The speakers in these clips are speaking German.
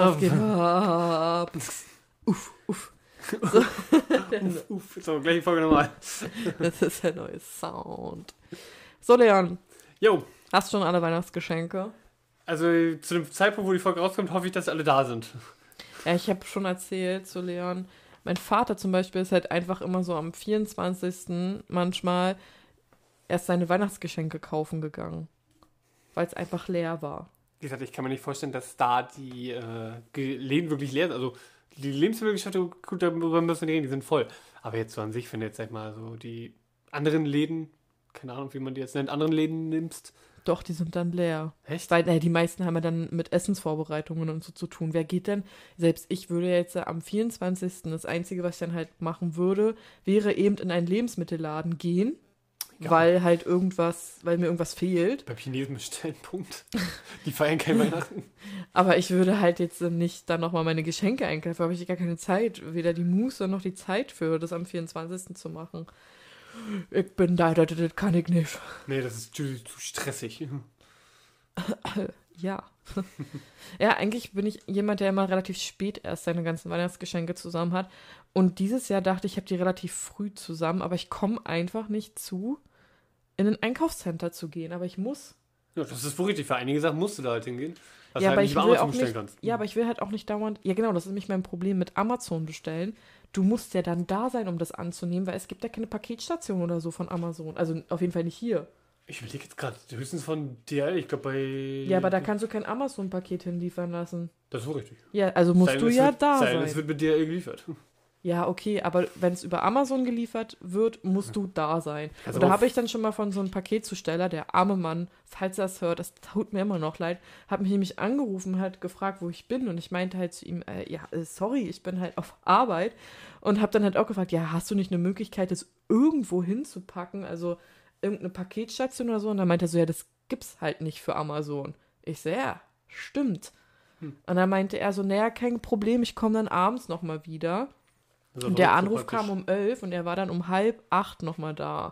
Was geht ab? Uff. So. Uff, so, gleich die Folge nochmal. Das ist der neue Sound. So, Leon. Jo. Hast du schon alle Weihnachtsgeschenke? Also zu dem Zeitpunkt, wo die Folge rauskommt, hoffe ich, dass alle da sind. Ja, ich habe schon erzählt zu Leon, mein Vater zum Beispiel ist halt einfach immer so am 24. manchmal erst seine Weihnachtsgeschenke kaufen gegangen. Weil es einfach leer war. Wie gesagt, ich kann mir nicht vorstellen, dass da die Läden wirklich leer sind. Also die Lebensmittelgeschäfte, gut, darüber müssen wir reden, die sind voll. Aber jetzt so an sich, wenn du jetzt, sag ich mal, so die anderen Läden, keine Ahnung, wie man die jetzt nennt, anderen Läden nimmst. Doch, die sind dann leer. Echt? Weil die meisten haben ja dann mit Essensvorbereitungen und so zu tun. Wer geht denn? Selbst ich würde jetzt am 24. Das Einzige, was ich dann halt machen würde, wäre eben in einen Lebensmittelladen gehen, Ja. weil mir irgendwas fehlt. Beim Chinesen bestellen, Punkt. Die feiern kein Weihnachten. Aber ich würde halt jetzt nicht dann nochmal meine Geschenke einkaufen, habe ich gar keine Zeit, weder die Muße noch die Zeit für, das am 24. zu machen. Ich bin da, das kann ich nicht. Nee, das ist zu stressig. Ja. Ja, eigentlich bin ich jemand, der immer relativ spät erst seine ganzen Weihnachtsgeschenke zusammen hat. Und dieses Jahr dachte ich, ich habe die relativ früh zusammen, aber ich komme einfach nicht zu, in ein Einkaufscenter zu gehen. Aber ich muss. Ja, das ist wohl richtig. Für einige Sachen musst du da halt hingehen. Was Ja, halt aber nicht ich über will Amazon auch bestellen nicht. kannst. Ja, aber ich will halt auch nicht dauernd. Ja, genau, das ist nämlich mein Problem mit Amazon bestellen. Du musst ja dann da sein, um das anzunehmen, weil es gibt ja keine Paketstation oder so von Amazon. Also auf jeden Fall nicht hier. Ich überlege jetzt gerade, höchstens von DHL, ich glaube bei... Ja, aber da kannst du kein Amazon-Paket hinliefern lassen. Das ist wohl richtig. Ja, also musst du ja da sein. sein. Es wird mit DHL geliefert. Ja, okay, aber wenn es über Amazon geliefert wird, musst du da sein. Also Und da habe ich dann schon mal von so einem Paketzusteller, der arme Mann, falls er das hört, das tut mir immer noch leid, hat mich nämlich angerufen und hat gefragt, wo ich bin. Und ich meinte halt zu ihm, sorry, ich bin halt auf Arbeit. Und habe dann halt auch gefragt, ja, hast du nicht eine Möglichkeit, das irgendwo hinzupacken? Also irgendeine Paketstation oder so? Und dann meinte er so, ja, das gibt's halt nicht für Amazon. Ich so, ja, stimmt. Und dann meinte er so, naja, kein Problem, ich komme dann abends nochmal wieder. Und der Anruf kam um 11 und er war dann um 7:30 nochmal da.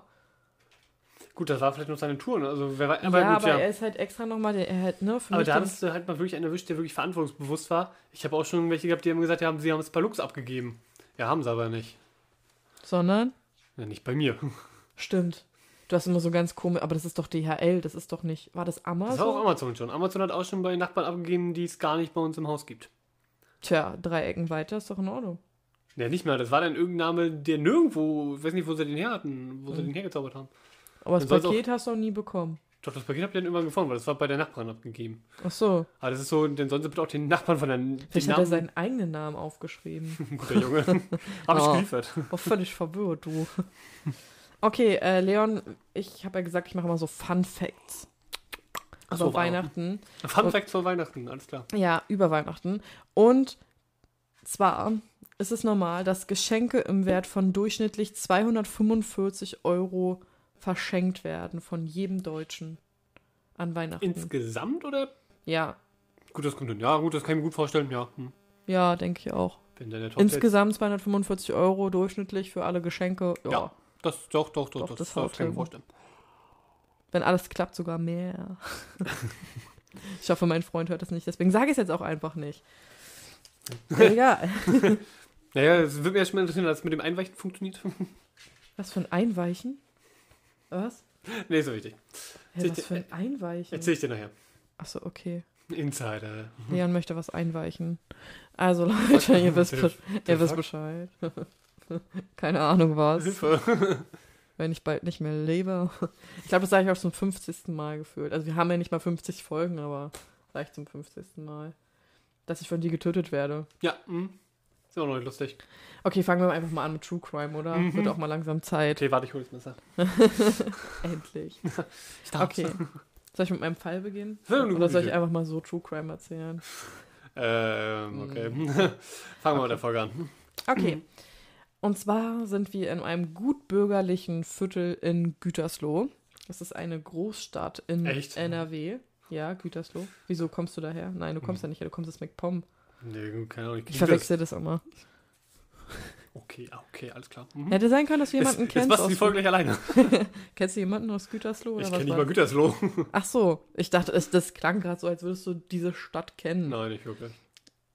Gut, das war vielleicht noch seine Tour. Ne? Also, Aber er ist halt extra nochmal, aber da hast du halt mal wirklich einen erwischt, der wirklich verantwortungsbewusst war. Ich habe auch schon welche gehabt, die haben gesagt, sie haben es bei Lux abgegeben. Ja, haben sie aber nicht. Sondern? Ja, nicht bei mir. Stimmt. Du hast immer so ganz komisch, aber das ist doch DHL, das ist doch nicht, war das Amazon? Das war auch Amazon schon. Amazon hat auch schon bei Nachbarn abgegeben, die es gar nicht bei uns im Haus gibt. Tja, 3 Ecken weiter ist doch in Ordnung. Ja, nicht mehr. Das war dann irgendein Name, der nirgendwo, ich weiß nicht, wo sie den her hatten, wo sie den hergezaubert haben. Aber das Paket hast du auch nie bekommen. Doch, das Paket habt ihr dann irgendwann gefunden, weil das war bei der Nachbarin abgegeben. Ach so. Aber das ist so, denn sonst bitte auch den Nachbarn von der... Vielleicht hat er seinen eigenen Namen aufgeschrieben. Guter Junge. Hab ich geliefert. War völlig verwirrt, du. Okay, Leon, ich habe ja gesagt, ich mache immer so Fun Facts. Also Weihnachten. Fun Facts vor Weihnachten, alles klar. Ja, über Weihnachten. Und zwar ist es normal, dass Geschenke im Wert von durchschnittlich 245 € verschenkt werden von jedem Deutschen an Weihnachten. Insgesamt, oder? Ja. Gut, das kommt hin. Ja, gut, das kann ich mir gut vorstellen, ja. Ja, denke ich auch. Wenn der Insgesamt 245 € durchschnittlich für alle Geschenke. Ja, das doch, das kann ich mir vorstellen. Wenn alles klappt, sogar mehr. Ich hoffe, mein Freund hört das nicht, deswegen sage ich es jetzt auch einfach nicht. Egal. Naja, es würde mich erst mal interessieren, dass es mit dem Einweichen funktioniert. Was für ein Einweichen? Was? Nee, ist so wichtig. Hey, was für ein Einweichen? Erzähl ich dir nachher. Achso, okay. Insider. Leon möchte was einweichen. Also Leute, ihr wisst Bescheid. Keine Ahnung was. Hilfe. Wenn ich bald nicht mehr lebe. Ich glaube, das sage ich auch zum 50. Mal gefühlt. Also wir haben ja nicht mal 50 Folgen, aber vielleicht zum 50. Mal. Dass ich von dir getötet werde. Ja, ist auch noch nicht lustig. Okay, fangen wir einfach mal an mit True Crime, oder? Wird auch mal langsam Zeit. Okay, warte, ich hol das Messer. Endlich. Ich darf's. Okay. Soll ich mit meinem Fall beginnen? Eine Oder soll ich Idee. einfach mal so True Crime erzählen? Okay. Fangen wir mit der Folge an. Okay. Und zwar sind wir in einem gutbürgerlichen Viertel in Gütersloh. Das ist eine Großstadt in NRW. Ja, Gütersloh. Wieso kommst du daher? Nein, du kommst ja nicht her, du kommst aus MacPom. Nee, keine Ahnung. Ich verwechsel das immer. Okay, alles klar. Hätte sein können, dass du jemanden kennst. Jetzt machst du die Folge gleich alleine. Kennst du jemanden aus Gütersloh? Ich kenne nicht mal Gütersloh. Ach so, ich dachte, das klang gerade so, als würdest du diese Stadt kennen. Nein, nicht wirklich.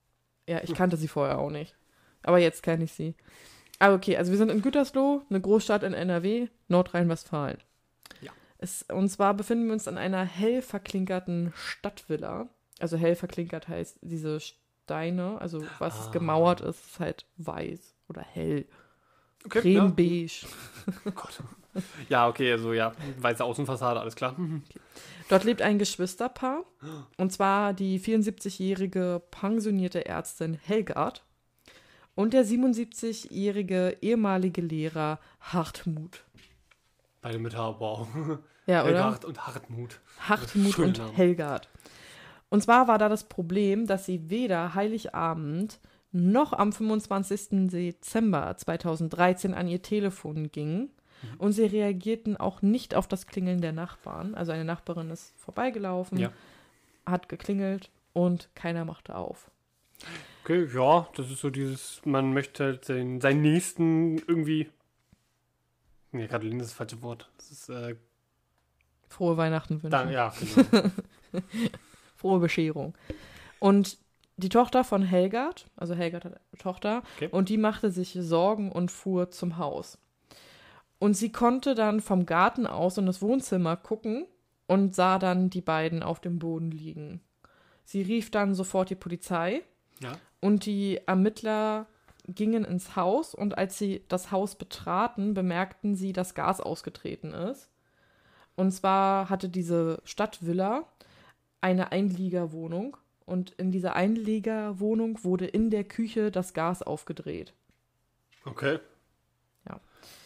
Ja, ich kannte sie vorher auch nicht. Aber jetzt kenne ich sie. Aber okay, also wir sind in Gütersloh, eine Großstadt in NRW, Nordrhein-Westfalen. Ja. Und zwar befinden wir uns an einer hell verklinkerten Stadtvilla. Also hell verklinkert heißt diese Steine, also was gemauert ist, ist halt weiß oder hell. Okay, Creme-beige. Oh Gott. Ja, okay, also ja, weiße Außenfassade, alles klar. Dort lebt ein Geschwisterpaar. Und zwar die 74-jährige pensionierte Ärztin Helgard und der 77-jährige ehemalige Lehrer Hartmut. Beide mit H, wow. Ja, oder? Helgard und Hartmut. Hartmut Schöner und Name. Helgard. Und zwar war da das Problem, dass sie weder Heiligabend noch am 25. Dezember 2013 an ihr Telefon gingen. Und sie reagierten auch nicht auf das Klingeln der Nachbarn. Also eine Nachbarin ist vorbeigelaufen, Ja. hat geklingelt und keiner machte auf. Okay, ja, das ist so dieses, man möchte halt seinen Nächsten irgendwie. Nee, gratulieren ist das falsche Wort. Das ist, Frohe Weihnachten wünschen. ja, genau. Frohe Bescherung. Und die Tochter von Helgard, also Helgard hat eine Tochter, Okay. und die machte sich Sorgen und fuhr zum Haus. Und sie konnte dann vom Garten aus in das Wohnzimmer gucken und sah dann die beiden auf dem Boden liegen. Sie rief dann sofort die Polizei Ja. und die Ermittler gingen ins Haus und als sie das Haus betraten, bemerkten sie, dass Gas ausgetreten ist. Und zwar hatte diese Stadtvilla eine Einliegerwohnung und in dieser Einliegerwohnung wurde in der Küche das Gas aufgedreht. Okay. Ja.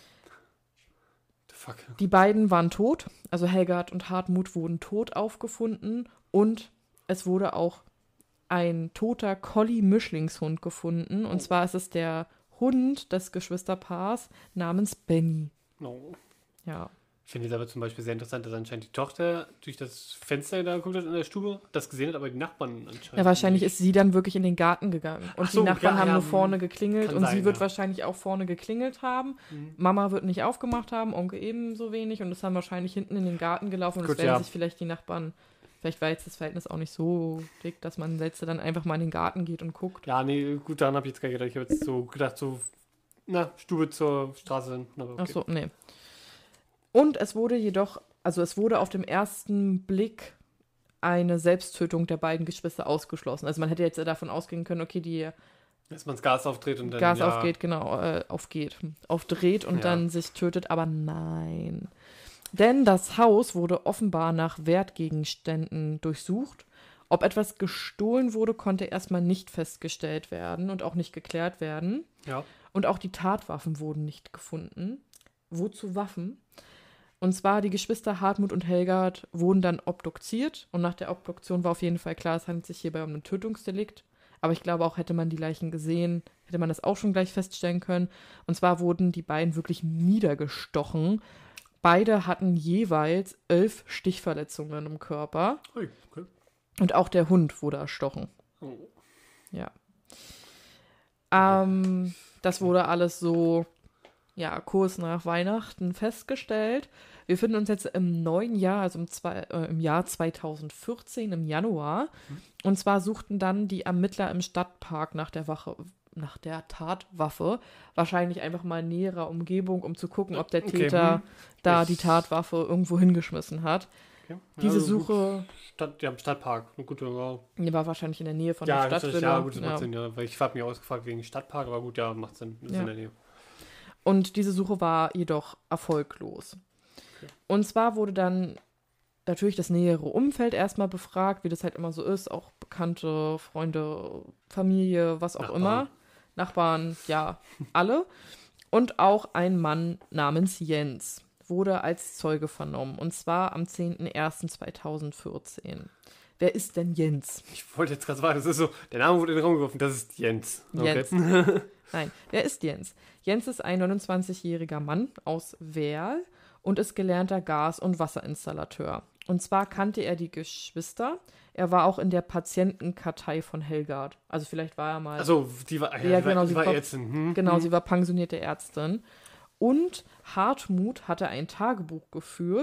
The fuck. Die beiden waren tot, also Helgard und Hartmut wurden tot aufgefunden und es wurde auch ein toter Collie-Mischlingshund gefunden. Und zwar ist es der Hund des Geschwisterpaars namens Benny. No. Ja. Ich finde es aber zum Beispiel sehr interessant, dass anscheinend die Tochter durch das Fenster da geguckt hat in der Stube, das gesehen hat, aber die Nachbarn anscheinend. Ja, wahrscheinlich nicht. ist sie dann wirklich in den Garten gegangen. Und Ach so, die Nachbarn ja, haben ja, nur vorne geklingelt kann und sein, sie wird ja. wahrscheinlich auch vorne geklingelt haben. Mhm. Mama wird nicht aufgemacht haben, Onkel ebenso wenig und ist dann wahrscheinlich hinten in den Garten gelaufen und Gut, es werden ja. sich vielleicht die Nachbarn, vielleicht war jetzt das Verhältnis auch nicht so dick, dass man jetzt dann einfach mal in den Garten geht und guckt. Ja, nee, gut, daran habe ich jetzt gar nicht gedacht. Ich habe jetzt so gedacht, so, Stube zur Straße hin. Aber okay. Ach so, nee. Und es wurde jedoch, also es wurde auf dem ersten Blick eine Selbsttötung der beiden Geschwister ausgeschlossen. Also man hätte jetzt davon ausgehen können, okay, die Dass man das Gas aufdreht und dann. Gas ja, aufdreht und Ja. dann sich tötet, aber nein. Denn das Haus wurde offenbar nach Wertgegenständen durchsucht. Ob etwas gestohlen wurde, konnte erstmal nicht festgestellt werden und auch nicht geklärt werden. Ja. Und auch die Tatwaffen wurden nicht gefunden. Wozu Waffen? Und zwar die Geschwister Hartmut und Helgard wurden dann obduziert. Und nach der Obduktion war auf jeden Fall klar, es handelt sich hierbei um ein Tötungsdelikt. Aber ich glaube auch, hätte man die Leichen gesehen, hätte man das auch schon gleich feststellen können. Und zwar wurden die beiden wirklich niedergestochen. Beide hatten jeweils 11 Stichverletzungen im Körper. Ui, okay. Und auch der Hund wurde erstochen. Oh. Ja. Das wurde alles so, ja, kurz nach Weihnachten festgestellt. Wir befinden uns jetzt im neuen Jahr, also im Jahr 2014, im Januar. Und zwar suchten dann die Ermittler im Stadtpark nach der Tatwaffe. Wahrscheinlich einfach mal in näherer Umgebung, um zu gucken, ob der Okay, Täter da Ich- die Tatwaffe irgendwo hingeschmissen hat. Okay. Diese Also, Suche Im Stadtpark. Eine gute, ja. die war wahrscheinlich in der Nähe von Ja, der das ist, Stadtvilla. ja, gut, das macht Sinn, ja. Weil ich habe mich ausgefragt wegen Stadtpark, aber gut, ja, macht Sinn. Das ist Ja. in der Nähe. Und diese Suche war jedoch erfolglos. Okay. Und zwar wurde dann natürlich das nähere Umfeld erstmal befragt, wie das halt immer so ist, auch Bekannte, Freunde, Familie, was auch Nachbarn. immer. Nachbarn, ja, alle. Und auch ein Mann namens Jens wurde als Zeuge vernommen. Und zwar am 10.01.2014. Wer ist denn Jens? Ich wollte jetzt gerade sagen, das ist so, der Name wurde in den Raum geworfen, das ist Jens. Jens. Nein, wer ist Jens? Jens ist ein 29-jähriger Mann aus Werl und ist gelernter Gas- und Wasserinstallateur. Und zwar kannte er die Geschwister. Er war auch in der Patientenkartei von Helgard. Also vielleicht war er mal... Also, die war, Ja, genau, die sie war war- Ärztin. Hm? Genau, sie war pensionierte Ärztin. Und Hartmut hatte ein Tagebuch geführt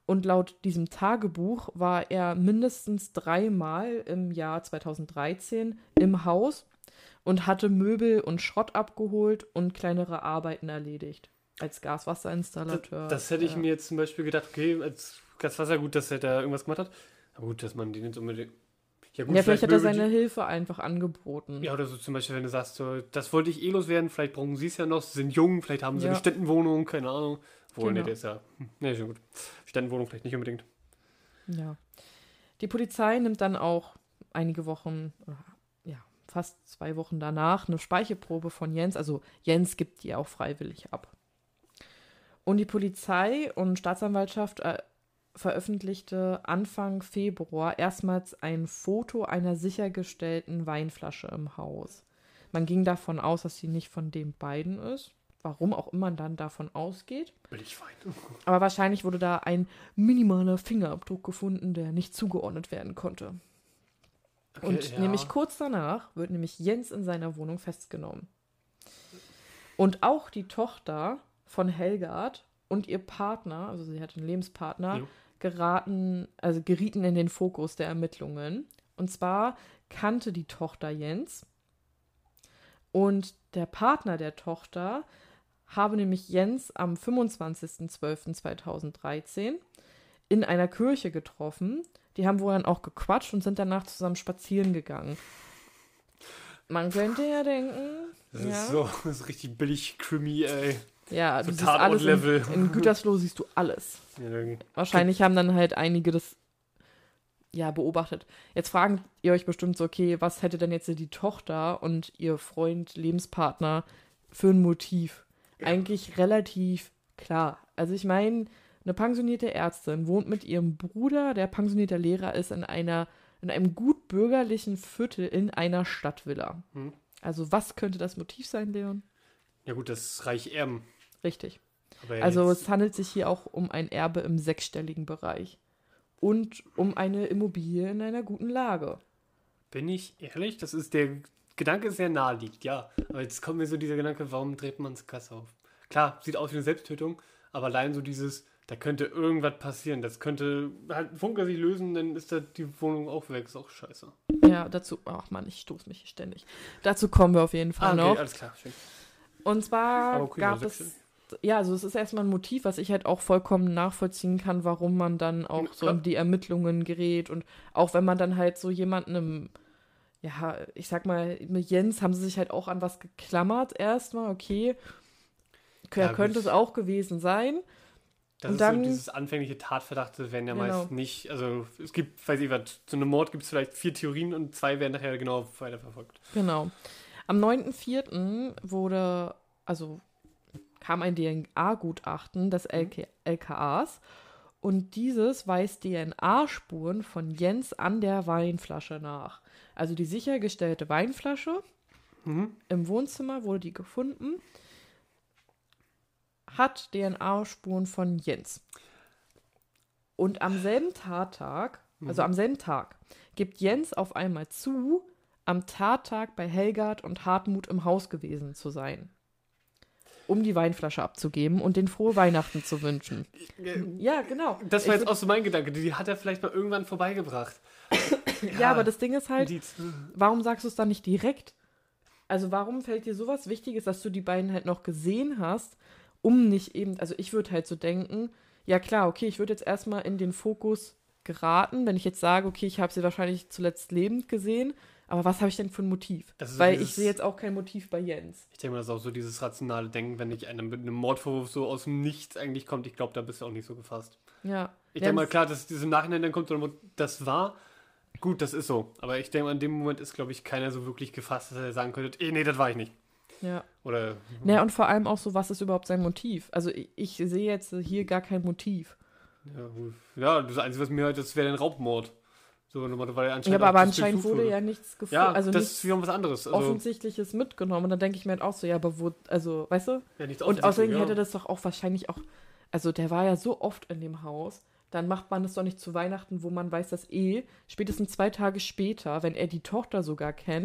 Und laut diesem Tagebuch war er mindestens 3-mal im Jahr 2013 im Haus und hatte Möbel und Schrott abgeholt und kleinere Arbeiten erledigt. Als Gaswasserinstallateur. Das hätte ich mir jetzt zum Beispiel gedacht, okay, als Gaswasser, gut, dass er da irgendwas gemacht hat. Aber gut, dass man den jetzt unbedingt. Ja, gut, Ja, vielleicht hat er Möbel, seine Hilfe einfach angeboten. ja, oder so zum Beispiel, wenn du sagst, so, das wollte ich eh loswerden, vielleicht brauchen sie es ja noch, sie sind jung, vielleicht haben sie eine Ja. Ständenwohnung, keine Ahnung. Wohl, Genau. nee, der ist ja. Ne, schon gut. Ständenwohnung vielleicht nicht unbedingt. Ja. Die Polizei nimmt dann auch einige Wochen, ja, fast 2 Wochen danach eine Speichelprobe von Jens. Also Jens gibt die auch freiwillig ab. Und die Polizei und Staatsanwaltschaft veröffentlichte Anfang Februar erstmals ein Foto einer sichergestellten Weinflasche im Haus. Man ging davon aus, dass sie nicht von den beiden ist. Warum auch immer man dann davon ausgeht. Billigwein. Aber wahrscheinlich wurde da ein minimaler Fingerabdruck gefunden, der nicht zugeordnet werden konnte. Okay, Und ja. nämlich kurz danach wird nämlich Jens in seiner Wohnung festgenommen. Und auch die Tochter von Helgard und ihr Partner, also sie hatte einen Lebenspartner, Jo. gerieten in den Fokus der Ermittlungen. Und zwar kannte die Tochter Jens und der Partner der Tochter habe nämlich Jens am 25.12.2013 in einer Kirche getroffen. Die haben wohl dann auch gequatscht und sind danach zusammen spazieren gegangen. Man könnte ja denken, Das ja, ist so, das ist richtig billig Krimi, ey. ja, so du siehst alles Tatort-Level. in Gütersloh siehst du alles. Ja, dann- Wahrscheinlich haben dann halt einige das ja beobachtet. Jetzt fragen ihr euch bestimmt so, okay, was hätte denn jetzt die Tochter und ihr Freund, Lebenspartner für ein Motiv? Ja. Eigentlich relativ klar. Also ich meine, eine pensionierte Ärztin wohnt mit ihrem Bruder, der pensionierter Lehrer ist, in einem gut bürgerlichen Viertel in einer Stadtvilla. Hm. Also was könnte das Motiv sein, Leon? Ja gut, das ist reich Erben. Richtig. Aber Also jetzt, es handelt sich hier auch um ein Erbe im sechsstelligen Bereich. Und um eine Immobilie in einer guten Lage. bin ich ehrlich, das ist der Gedanke ist sehr naheliegend, ja. Aber jetzt kommt mir so dieser Gedanke, warum dreht man das Kasse auf? Klar, sieht aus wie eine Selbsttötung, aber allein so dieses, da könnte irgendwas passieren. Das könnte halt ein Funker sich lösen, dann ist da die Wohnung auch weg. Ist auch scheiße. Ja, dazu, ach Mann, ich stoße mich hier ständig. Dazu kommen wir auf jeden Fall okay, noch. alles klar, schön. Und zwar Aber okay, gab also es, ja, also es ist erstmal ein Motiv, was ich halt auch vollkommen nachvollziehen kann, warum man dann auch so in die Ermittlungen gerät und auch wenn man dann halt so jemanden ja, ich sag mal, mit Jens haben sie sich halt auch an was geklammert erstmal, okay, Ja, könnte gut. es auch gewesen sein. Das Und ist dann- so dieses anfängliche Tatverdachte werden ja Genau. meist nicht, also es gibt, weiß ich was, zu einem Mord gibt es vielleicht 4 Theorien und 2 werden nachher genau weiterverfolgt. Genau. Am 9.4. kam ein DNA-Gutachten des LKAs und dieses weist DNA-Spuren von Jens an der Weinflasche nach. Also die sichergestellte Weinflasche Mhm. im Wohnzimmer wurde die gefunden, hat DNA-Spuren von Jens. Und am selben Tattag, also am selben Tag, gibt Jens auf einmal zu, am Tattag bei Helgard und Hartmut im Haus gewesen zu sein. Um die Weinflasche abzugeben und den frohe Weihnachten zu wünschen. Ja, genau. Das war Ich jetzt auch so mein Gedanke, die hat er vielleicht mal irgendwann vorbeigebracht. Ja, aber das Ding ist halt, Indiz. warum sagst du es dann nicht direkt? Also warum fällt dir sowas Wichtiges, dass du die beiden halt noch gesehen hast, um nicht eben, also ich würde halt so denken, ja klar, okay, ich würde jetzt erstmal in den Fokus geraten, wenn ich jetzt sage, okay, ich habe sie wahrscheinlich zuletzt lebend gesehen, aber was habe ich denn für ein Motiv? Das ist so Weil dieses- ich sehe jetzt auch kein Motiv bei Jens. Ich denke mal, das ist auch so dieses rationale Denken, wenn nicht einer mit einem Mordvorwurf so aus dem Nichts eigentlich kommt. Ich glaube, da bist du auch nicht so gefasst. Ja. Ich Ja, denke mal, klar, dass dieses im Nachhinein dann kommt, das war gut, das ist so. Aber ich denke mal, in dem Moment ist, glaube ich, keiner so wirklich gefasst, dass er sagen könnte, nee, das war ich nicht. Ja. Oder, Naja, und vor allem auch so, was ist überhaupt sein Motiv? Also ich sehe jetzt hier gar kein Motiv. ja, das Einzige, was mir halt, das wäre ein Raubmord. So, weil er Ja, anscheinend aber auch anscheinend durchsucht wurde ja nichts gefunden, Ja, also das nichts ist wiederum was anderes. Also, Offensichtliches mitgenommen. Und dann denke ich mir halt auch so, ja, aber wo, also, weißt du? ja, nichts Und außerdem Offensichtliches, hätte das doch auch wahrscheinlich auch, also der war ja so oft in dem Haus, dann macht man das doch nicht zu Weihnachten, wo man weiß, dass spätestens 2 Tage später, wenn er die Tochter sogar kennt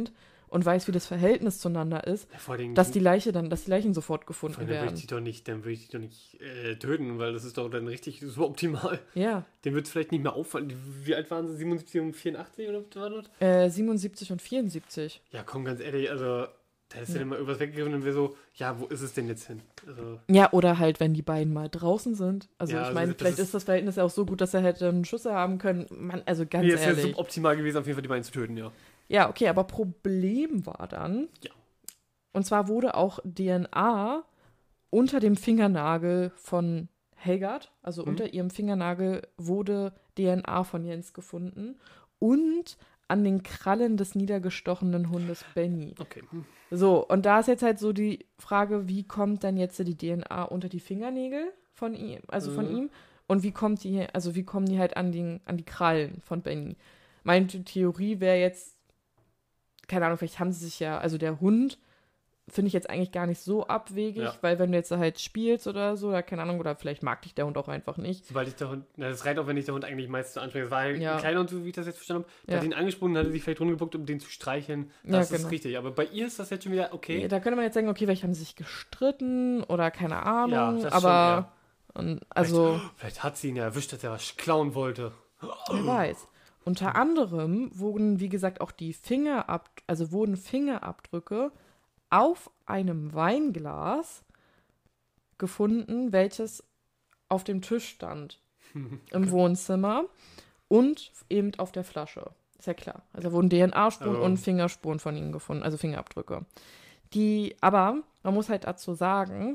und weiß, wie das Verhältnis zueinander ist, Ja, vor allem, dass die Leichen sofort vor gefunden allem, dann werden. würde ich die doch nicht töten, weil das ist doch dann richtig so optimal. Ja, Dem wird es vielleicht nicht mehr auffallen. Wie alt waren sie? 77 und 84 oder was war das? 77 und 74. Ja, komm, ganz ehrlich, also da ist ja dann mal irgendwas weggegriffen und wir so, ja, wo ist es denn jetzt hin? Also, Ja, oder halt, wenn die beiden mal draußen sind. Also Ja, ich also meine, das vielleicht ist- ist das Verhältnis ja auch so gut, dass er hätte einen Schuss haben können. Man, also ganz nee, es wäre ehrlich. suboptimal gewesen, auf jeden Fall die beiden zu töten, ja. Ja, okay, aber Problem war dann, Ja. und zwar wurde auch DNA unter dem Fingernagel von Helgard, also unter ihrem Fingernagel wurde DNA von Jens gefunden und an den Krallen des niedergestochenen Hundes Benny. Okay. So, und da ist jetzt halt so die Frage, wie kommt dann jetzt die DNA unter die Fingernägel von ihm, von ihm, und wie kommen die halt an die Krallen von Benny? Meine Theorie wäre jetzt, keine Ahnung, vielleicht haben sie sich ja, also der Hund finde ich jetzt eigentlich gar nicht so abwegig, Ja. weil wenn du jetzt halt spielst oder so, oder keine Ahnung, oder vielleicht mag dich der Hund auch einfach nicht. Sobald ich der Hund, das reicht auch, wenn ich der Hund eigentlich meistens so anspreche. Das war Ja. ein kleiner Hund, so wie ich das jetzt verstanden habe. Der Ja. hat ihn angesprungen, hat er sich vielleicht rumgebuckt, um den zu streicheln. Ja, Das genau. ist richtig. Aber bei ihr ist das jetzt schon wieder okay. Da könnte man jetzt sagen, okay, vielleicht haben sie sich gestritten oder keine Ahnung, Ja, das aber und, also, Vielleicht hat sie ihn ja erwischt, dass er was klauen wollte. wer weiß. Unter anderem wurden, wie gesagt, auch wurden Fingerabdrücke auf einem Weinglas gefunden, welches auf dem Tisch stand im Wohnzimmer und eben auf der Flasche. Ist ja klar. Also wurden DNA-Spuren Also- und Fingerspuren von ihnen gefunden, also Fingerabdrücke. Aber man muss halt dazu sagen,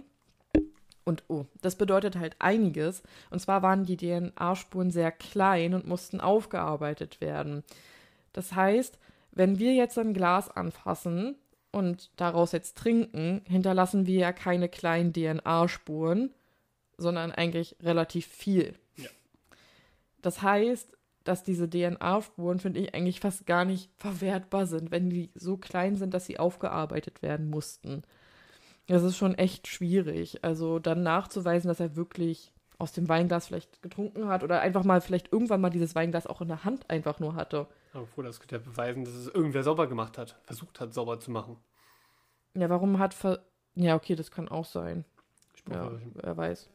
das bedeutet halt einiges. Und zwar waren die DNA-Spuren sehr klein und mussten aufgearbeitet werden. Das heißt, wenn wir jetzt ein Glas anfassen und daraus jetzt trinken, hinterlassen wir ja keine kleinen DNA-Spuren, sondern eigentlich relativ viel. Ja. Das heißt, dass diese DNA-Spuren, finde ich, eigentlich fast gar nicht verwertbar sind, wenn die so klein sind, dass sie aufgearbeitet werden mussten. Das ist schon echt schwierig. Also dann nachzuweisen, dass er wirklich aus dem Weinglas vielleicht getrunken hat oder einfach mal vielleicht irgendwann mal dieses Weinglas auch in der Hand einfach nur hatte. Obwohl, das könnte ja beweisen, dass es irgendwer sauber gemacht hat. Versucht hat, sauber zu machen. Ja, warum Ja, okay, das kann auch sein. Ja, Spruchverwischen. wer weiß.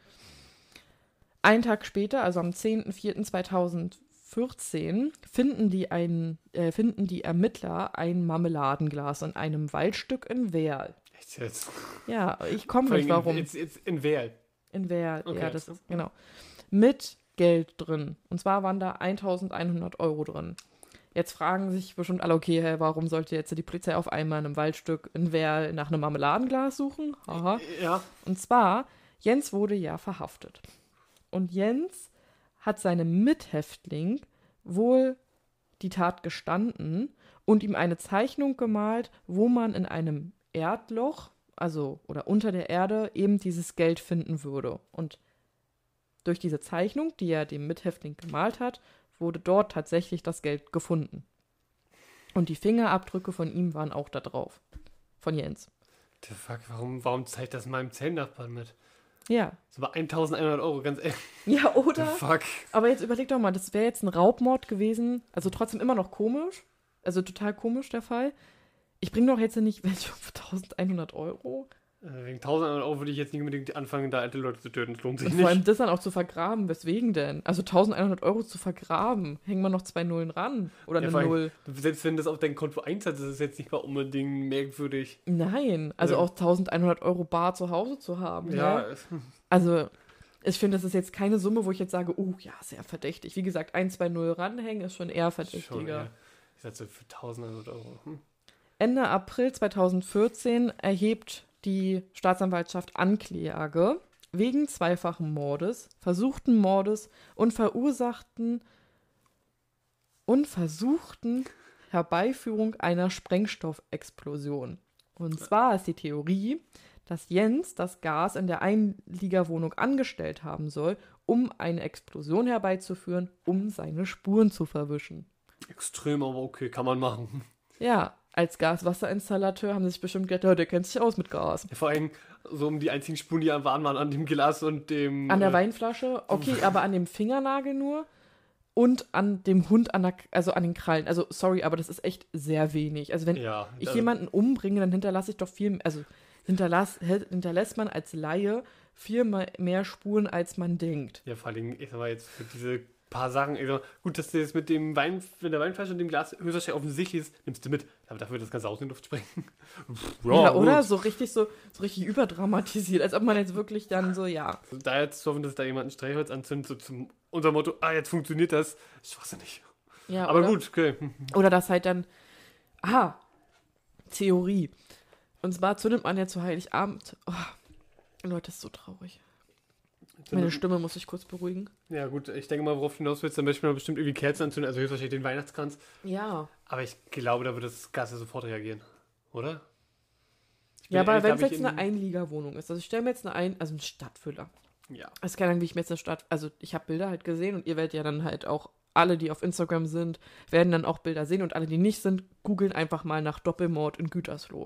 Einen Tag später, also am 10.04.2014, finden die Ermittler ein Marmeladenglas in einem Waldstück in Werl. Echt jetzt? Ja, ich komme Vor nicht, allem warum. Jetzt in Werl. In Werl, Okay. ja, das ist, genau. Mit Geld drin. Und zwar waren da 1.100 Euro drin. Jetzt fragen sich bestimmt alle, okay, warum sollte jetzt die Polizei auf einmal in einem Waldstück in Werl nach einem Marmeladenglas suchen? Haha. Ja. Und zwar, Jens wurde ja verhaftet. Und Jens hat seinem Mithäftling wohl die Tat gestanden und ihm eine Zeichnung gemalt, wo man in einem Erdloch, oder unter der Erde, eben dieses Geld finden würde. Und durch diese Zeichnung, die er dem Mithäftling gemalt hat, wurde dort tatsächlich das Geld gefunden. Und die Fingerabdrücke von ihm waren auch da drauf. Von Jens. The fuck, warum zeigt das meinem Zellnachbarn mit? Ja. So bei 1.100 Euro, ganz ehrlich. Ja, The oder? fuck. Aber jetzt überleg doch mal, das wäre jetzt ein Raubmord gewesen. Also trotzdem immer noch komisch. Also total komisch der Fall. Ich bringe doch jetzt nicht welche für 1.100 Euro. Wegen 1.100 Euro würde ich jetzt nicht unbedingt anfangen, da alte Leute zu töten. Das lohnt sich Und nicht. vor allem das dann auch zu vergraben. Weswegen denn? Also 1.100 Euro zu vergraben. Hängen wir noch 2 Nullen ran? Oder Ja, eine vor allem, Null? Selbst wenn das auf dein Konto einzahlt, ist es jetzt nicht mal unbedingt merkwürdig. Nein. Also Ja. auch 1.100 Euro bar zu Hause zu haben. Ja, Ne? Also ich finde, das ist jetzt keine Summe, wo ich jetzt sage, oh ja, sehr verdächtig. Wie gesagt, 1, 2 Null ranhängen ist schon eher verdächtiger. schon, ja. Ich sag so für 1.100 Euro. Ende April 2014 erhebt die Staatsanwaltschaft Anklage wegen zweifachen Mordes, versuchten Mordes und versuchten Herbeiführung einer Sprengstoffexplosion. Und zwar ist die Theorie, dass Jens das Gas in der Einliegerwohnung angestellt haben soll, um eine Explosion herbeizuführen, um seine Spuren zu verwischen. Extrem, aber okay, kann man machen. Ja, als Gaswasserinstallateur haben sie sich bestimmt gedacht, ja, der kennt sich aus mit Gas. Ja, vor allem so um die einzigen Spuren, die waren an dem Glas und dem... An der Weinflasche, okay, aber an dem Fingernagel nur. und an dem Hund also an den Krallen. Also sorry, aber das ist echt sehr wenig. Also wenn ich jemanden umbringe, dann hinterlasse ich doch also hinterlässt man als Laie viel mehr Spuren, als man denkt. Ja, vor allem, ich sag mal jetzt für diese paar Sachen, ich sag mal, gut, dass du jetzt mit dem Wein, wenn der Weinflasche und dem Glas höchstwahrscheinlich offensichtlich ist, nimmst du mit. Aber dafür wird das ganze Haus in die Luft sprengen. Ja, oder? So richtig überdramatisiert, als ob man jetzt wirklich dann so, ja. Also da jetzt zu hoffen, dass da jemand ein Streichholz anzündet, so zum unser Motto, jetzt funktioniert das, ist schwachsinnig. Ja, aber gut, okay. Oder das halt dann, Theorie. Und zwar zündet man ja zu Heiligabend. Oh, Leute, das ist so traurig. Meine Stimme muss ich kurz beruhigen. Ja gut, ich denke mal, worauf du hinaus willst, dann möchte man bestimmt irgendwie Kerzen anzünden, also höchstwahrscheinlich den Weihnachtskranz. Ja. Aber ich glaube, da wird das Gas ja sofort reagieren, oder? Ja, aber wenn es jetzt eine Einliegerwohnung ist, also ich stelle mir jetzt einen Stadtfüller. Ja. Es kann dann, wie ich mir jetzt also ich habe Bilder halt gesehen und ihr werdet ja dann halt auch, alle, die auf Instagram sind, werden dann auch Bilder sehen und alle, die nicht sind, googeln einfach mal nach Doppelmord in Gütersloh.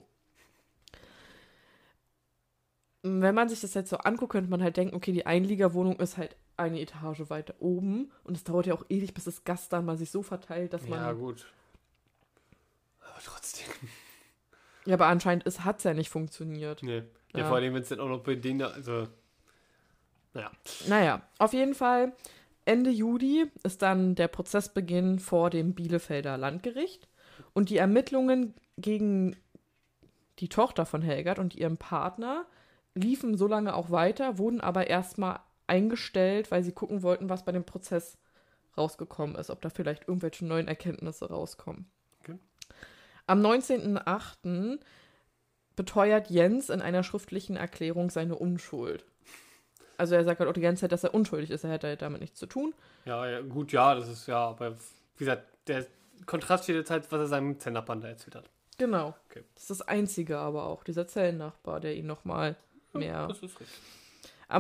Wenn man sich das jetzt so anguckt, könnte man halt denken, okay, die Einliegerwohnung ist halt eine Etage weiter oben und es dauert ja auch ewig, bis das Gas dann mal sich so verteilt, dass man... Ja, gut. Aber trotzdem. Ja, aber anscheinend hat es ja nicht funktioniert. Nee. Ja, vor allem, wenn es dann auch noch bei denen da, also... Naja, auf jeden Fall, Ende Juli ist dann der Prozessbeginn vor dem Bielefelder Landgericht und die Ermittlungen gegen die Tochter von Helgert und ihrem Partner liefen so lange auch weiter, wurden aber erstmal eingestellt, weil sie gucken wollten, was bei dem Prozess rausgekommen ist, ob da vielleicht irgendwelche neuen Erkenntnisse rauskommen. Okay. Am 19.08. beteuert Jens in einer schriftlichen Erklärung seine Unschuld. Also er sagt halt auch die ganze Zeit, dass er unschuldig ist, er hätte halt damit nichts zu tun. Ja, gut, ja, das ist ja, aber wie gesagt, der Kontrast steht jetzt halt, was er seinem Zellnachbarn da erzählt hat. Genau. Okay. Das ist das Einzige aber auch, dieser Zellennachbar, der ihn nochmal mehr... Das ist richtig. Am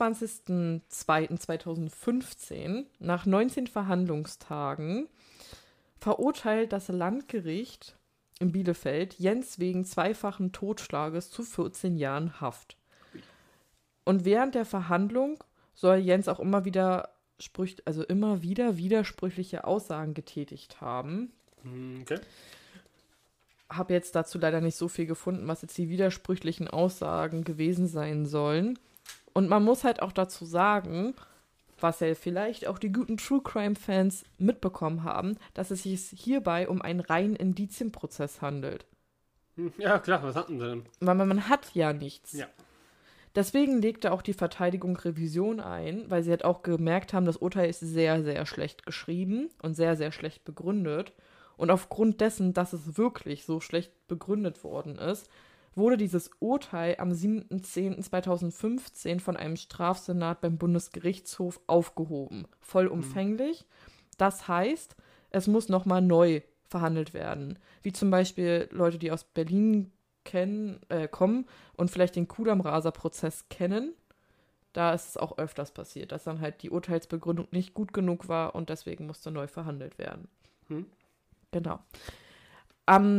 25.02.2015, nach 19 Verhandlungstagen, verurteilt das Landgericht in Bielefeld Jens wegen zweifachen Totschlages zu 14 Jahren Haft. Und während der Verhandlung soll Jens auch immer wieder widersprüchliche Aussagen getätigt haben. Okay. Habe jetzt dazu leider nicht so viel gefunden, was jetzt die widersprüchlichen Aussagen gewesen sein sollen. Und man muss halt auch dazu sagen, was ja vielleicht auch die guten True Crime Fans mitbekommen haben, dass es sich hierbei um einen reinen Indizienprozess handelt. Ja, klar, was hatten sie denn? Weil man hat ja nichts. Ja. Deswegen legte auch die Verteidigung Revision ein, weil sie halt auch gemerkt haben, das Urteil ist sehr, sehr schlecht geschrieben und sehr, sehr schlecht begründet. Und aufgrund dessen, dass es wirklich so schlecht begründet worden ist, wurde dieses Urteil am 7.10.2015 von einem Strafsenat beim Bundesgerichtshof aufgehoben. Vollumfänglich. Das heißt, es muss nochmal neu verhandelt werden. Wie zum Beispiel Leute, die aus Berlin kommen und vielleicht den Kudamm-Raser-Prozess kennen. Da ist es auch öfters passiert, dass dann halt die Urteilsbegründung nicht gut genug war und deswegen musste neu verhandelt werden. Genau. Am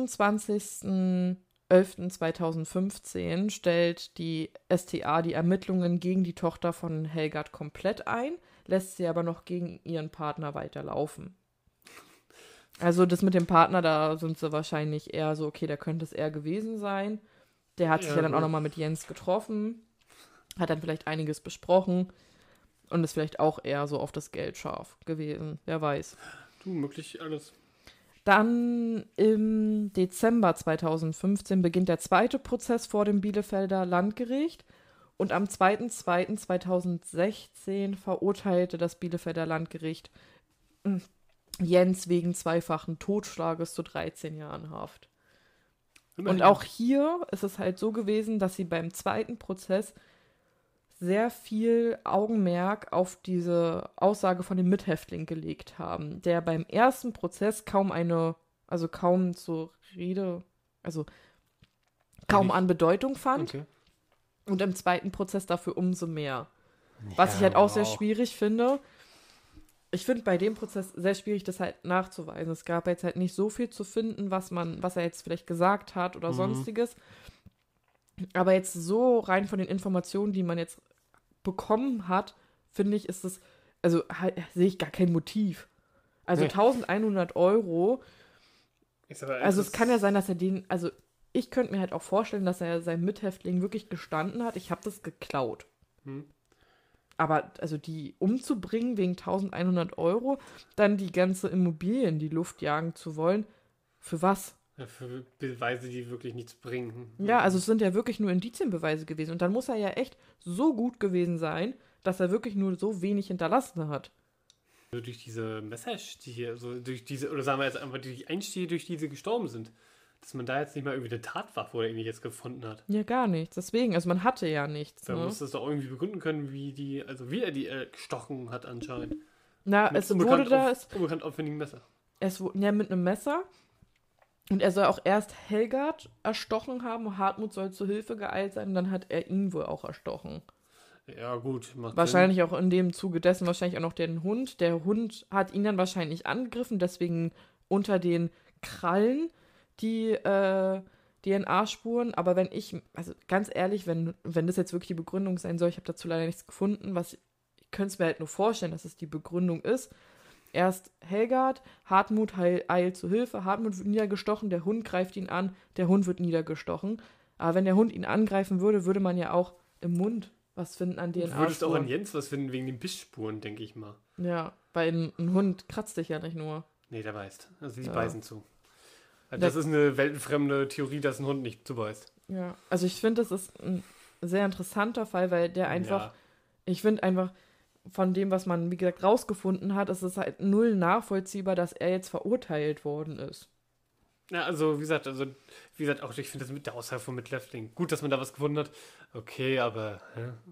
26.11.2015 stellt die STA die Ermittlungen gegen die Tochter von Helgert komplett ein, lässt sie aber noch gegen ihren Partner weiterlaufen. Also das mit dem Partner, da sind sie wahrscheinlich eher so, okay, da könnte es eher gewesen sein. Der hat sich ja dann auch nochmal mit Jens getroffen, hat dann vielleicht einiges besprochen und ist vielleicht auch eher so auf das Geld scharf gewesen, wer weiß. Du, möglich alles. Dann im Dezember 2015 beginnt der zweite Prozess vor dem Bielefelder Landgericht und am 2.2.2016 verurteilte das Bielefelder Landgericht Jens wegen zweifachen Totschlages zu 13 Jahren Haft. Und auch hier ist es halt so gewesen, dass sie beim zweiten Prozess sehr viel Augenmerk auf diese Aussage von dem Mithäftling gelegt haben, der beim ersten Prozess kaum an Bedeutung fand. Okay. Und im zweiten Prozess dafür umso mehr. Was ich halt auch sehr schwierig finde. Ich finde bei dem Prozess sehr schwierig, das halt nachzuweisen. Es gab jetzt halt nicht so viel zu finden, was er jetzt vielleicht gesagt hat oder sonstiges. Aber jetzt so rein von den Informationen, die man jetzt bekommen hat, finde ich, ist es also sehe ich gar kein Motiv. Also Nee. 1100 Euro. Ist aber Also es kann ja sein, dass er also ich könnte mir halt auch vorstellen, dass er seinem Mithäftling wirklich gestanden hat, ich habe das geklaut. Hm. Aber also die umzubringen wegen 1100 Euro, dann die ganze Immobilie in die Luft jagen zu wollen, für was? Ja, für Beweise, die wirklich nichts bringen. Ja, also es sind ja wirklich nur Indizienbeweise gewesen. Und dann muss er ja echt so gut gewesen sein, dass er wirklich nur so wenig hinterlassen hat. Nur durch diese Messerstiche, also durch diese, oder sagen wir jetzt einfach die Einstiche, durch die sie gestorben sind. Dass man da jetzt nicht mal irgendwie eine Tatwaffe oder ähnliches gefunden hat. Ja, gar nichts. Deswegen, also man hatte ja nichts. Da Ne? muss das doch irgendwie begründen können, wie er die gestochen hat anscheinend. Na, Mit es wurde da, unbekannt aufwendigen Messer. ja, mit einem Messer. Und er soll auch erst Helgard erstochen haben. Hartmut soll zur Hilfe geeilt sein. Und dann hat er ihn wohl auch erstochen. Ja, gut. Macht Wahrscheinlich auch in dem Zuge dessen wahrscheinlich auch noch den Hund. Der Hund hat ihn dann wahrscheinlich angegriffen, deswegen unter den Krallen die DNA-Spuren. Aber also ganz ehrlich, wenn das jetzt wirklich die Begründung sein soll, ich habe dazu leider nichts gefunden, ich könnte es mir halt nur vorstellen, dass es die Begründung ist. Erst Helgard, Hartmut eilt zu Hilfe, Hartmut wird niedergestochen, der Hund greift ihn an, der Hund wird niedergestochen. Aber wenn der Hund ihn angreifen würde, würde man ja auch im Mund was finden an Du DNA-Spuren. würdest auch an Jens was finden wegen den Bissspuren, denke ich mal. Ja, weil ein Hund kratzt dich ja nicht nur. Nee, der beißt. Also die Ja. beißen zu. Also das ist eine weltfremde Theorie, dass ein Hund nicht zubeißt. Ja, also ich finde, das ist ein sehr interessanter Fall, weil der einfach, Ja. ich finde einfach, von dem, was man, wie gesagt, rausgefunden hat, ist es halt null nachvollziehbar, dass er jetzt verurteilt worden ist. Ja, also wie gesagt, auch ich finde das mit der Aussage von Mithäftling. Gut, dass man da was gefunden hat. Okay, aber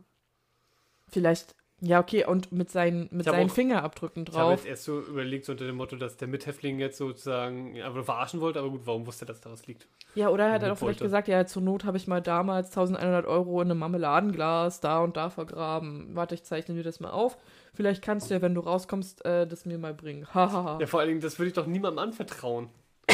Vielleicht, ja, okay, und mit seinen Fingerabdrücken ich habe drauf. jetzt erst so überlegt, so unter dem Motto, dass der Mithäftling jetzt sozusagen einfach nur verarschen wollte, aber gut, warum wusste er, dass da was liegt? Ja, oder hat er Mit auch vielleicht Beute. gesagt, ja, zur Not habe ich mal damals 1100 Euro in einem Marmeladenglas da und da vergraben. Warte, ich zeichne dir das mal auf. Vielleicht kannst du ja, wenn du rauskommst, das mir mal bringen. Hahaha. Ja, vor allen Dingen, das würde ich doch niemandem anvertrauen.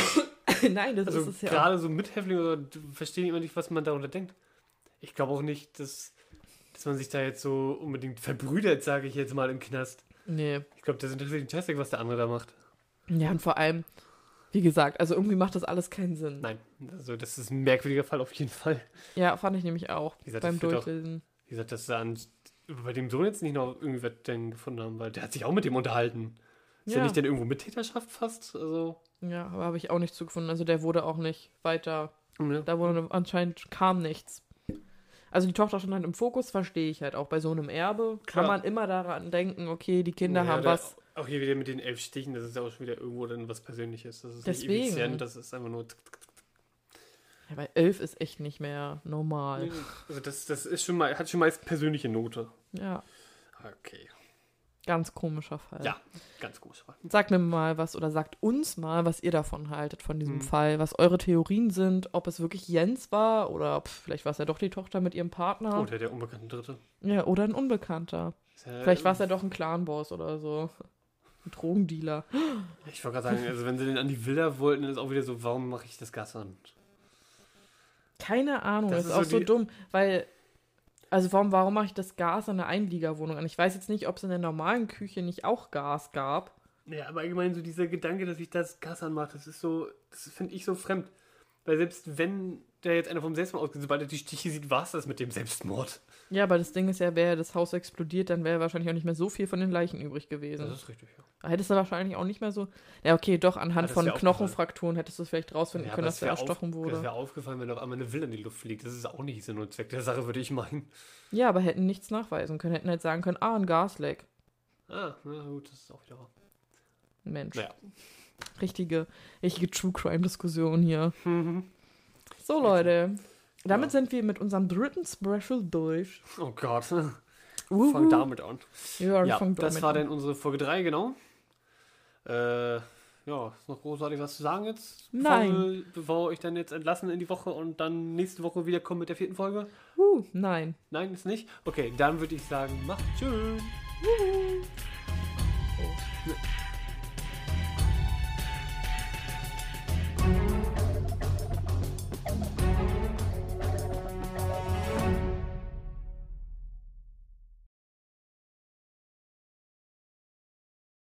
Nein, das Also ist es ja. gerade so Mithäftlinge oder verstehen immer nicht, was man darunter denkt. Ich glaube auch nicht, dass man sich da jetzt so unbedingt verbrüdert, sage ich jetzt mal, im Knast. Nee. Ich glaube, das interessiert den Scheißdreck, was der andere da macht. Ja, und vor allem, wie gesagt, also irgendwie macht das alles keinen Sinn. Nein, also das ist ein merkwürdiger Fall auf jeden Fall. Ja, fand ich nämlich auch Wie gesagt, beim das wird auch- Durchlesen. Wie gesagt, dass da bei dem Sohn jetzt nicht noch irgendwie was denn gefunden haben, weil der hat sich auch mit dem unterhalten. Ist Ja. ja nicht denn irgendwo Mittäterschaft fast? Also, Ja, aber habe ich auch nicht zugefunden. Also der wurde auch nicht weiter, ja. da wurde anscheinend kam nichts. Also die Tochter stand halt im Fokus, verstehe ich halt auch. Bei so einem Erbe kann Klar. man immer daran denken, okay, die Kinder Ja, haben was. Auch hier wieder mit den 11 Stichen, das ist ja auch schon wieder irgendwo dann was Persönliches. Das ist Deswegen. nicht effizient, das ist einfach nur... Ja, weil 11 ist echt nicht mehr normal. Also das ist schon mal, hat schon meist persönliche Note. Ja, Okay. ganz komischer Fall. Ja, ganz komisch. Sagt mir mal was oder sagt uns mal, was ihr davon haltet, von diesem Mhm. Fall, was eure Theorien sind, ob es wirklich Jens war oder vielleicht war es ja doch die Tochter mit ihrem Partner. Oder der unbekannte Dritte. Ja, oder ein Unbekannter. Ist ja, Vielleicht war es ja doch ein Clanboss oder so. Ein Drogendealer. Ich wollte gerade sagen, also wenn sie den an die Villa wollten, dann ist auch wieder so, warum mache ich das Gas an? Keine Ahnung, Das ist ist auch so so die- dumm, weil, also warum mache ich das Gas an der Einliegerwohnung an? Ich weiß jetzt nicht, ob es in der normalen Küche nicht auch Gas gab. Ja, aber allgemein so dieser Gedanke, dass ich das Gas anmache, das ist so, das finde ich so fremd. Weil selbst wenn der jetzt einer vom Selbstmord ausgeht, sobald er die Stiche sieht, war es das mit dem Selbstmord. Ja, aber das Ding ist ja, wäre das Haus explodiert, dann wäre wahrscheinlich auch nicht mehr so viel von den Leichen übrig gewesen. Das ist richtig, ja. Da hättest du wahrscheinlich auch nicht mehr so. Ja, okay, doch, anhand das von wär Knochenfrakturen hättest du es vielleicht rausfinden Ja, können, aber dass es der wär erstochen Das wurde. wäre aufgefallen, wenn auf einmal eine Villa in die Luft fliegt. Das ist auch nicht Sinn und Zweck der Sache, würde ich meinen. Ja, aber hätten nichts nachweisen können, hätten halt sagen können, ein Gasleck. Ah, na gut, das ist auch wieder wahr. Mensch. Naja. Richtige True Crime-Diskussion hier. Mhm. So, Leute. Damit Ja. sind wir mit unserem dritten Special durch. Oh Gott, Uhu. fang damit an. Ja, Ja, fang das damit war an. dann unsere Folge 3, genau. Ja, ist noch großartig was zu sagen jetzt? Nein. Bevor wir euch dann jetzt entlassen in die Woche und dann nächste Woche wiederkommen mit der 4. Folge? Nein. Nein, ist nicht? Okay, dann würde ich sagen, macht tschüss. Oh.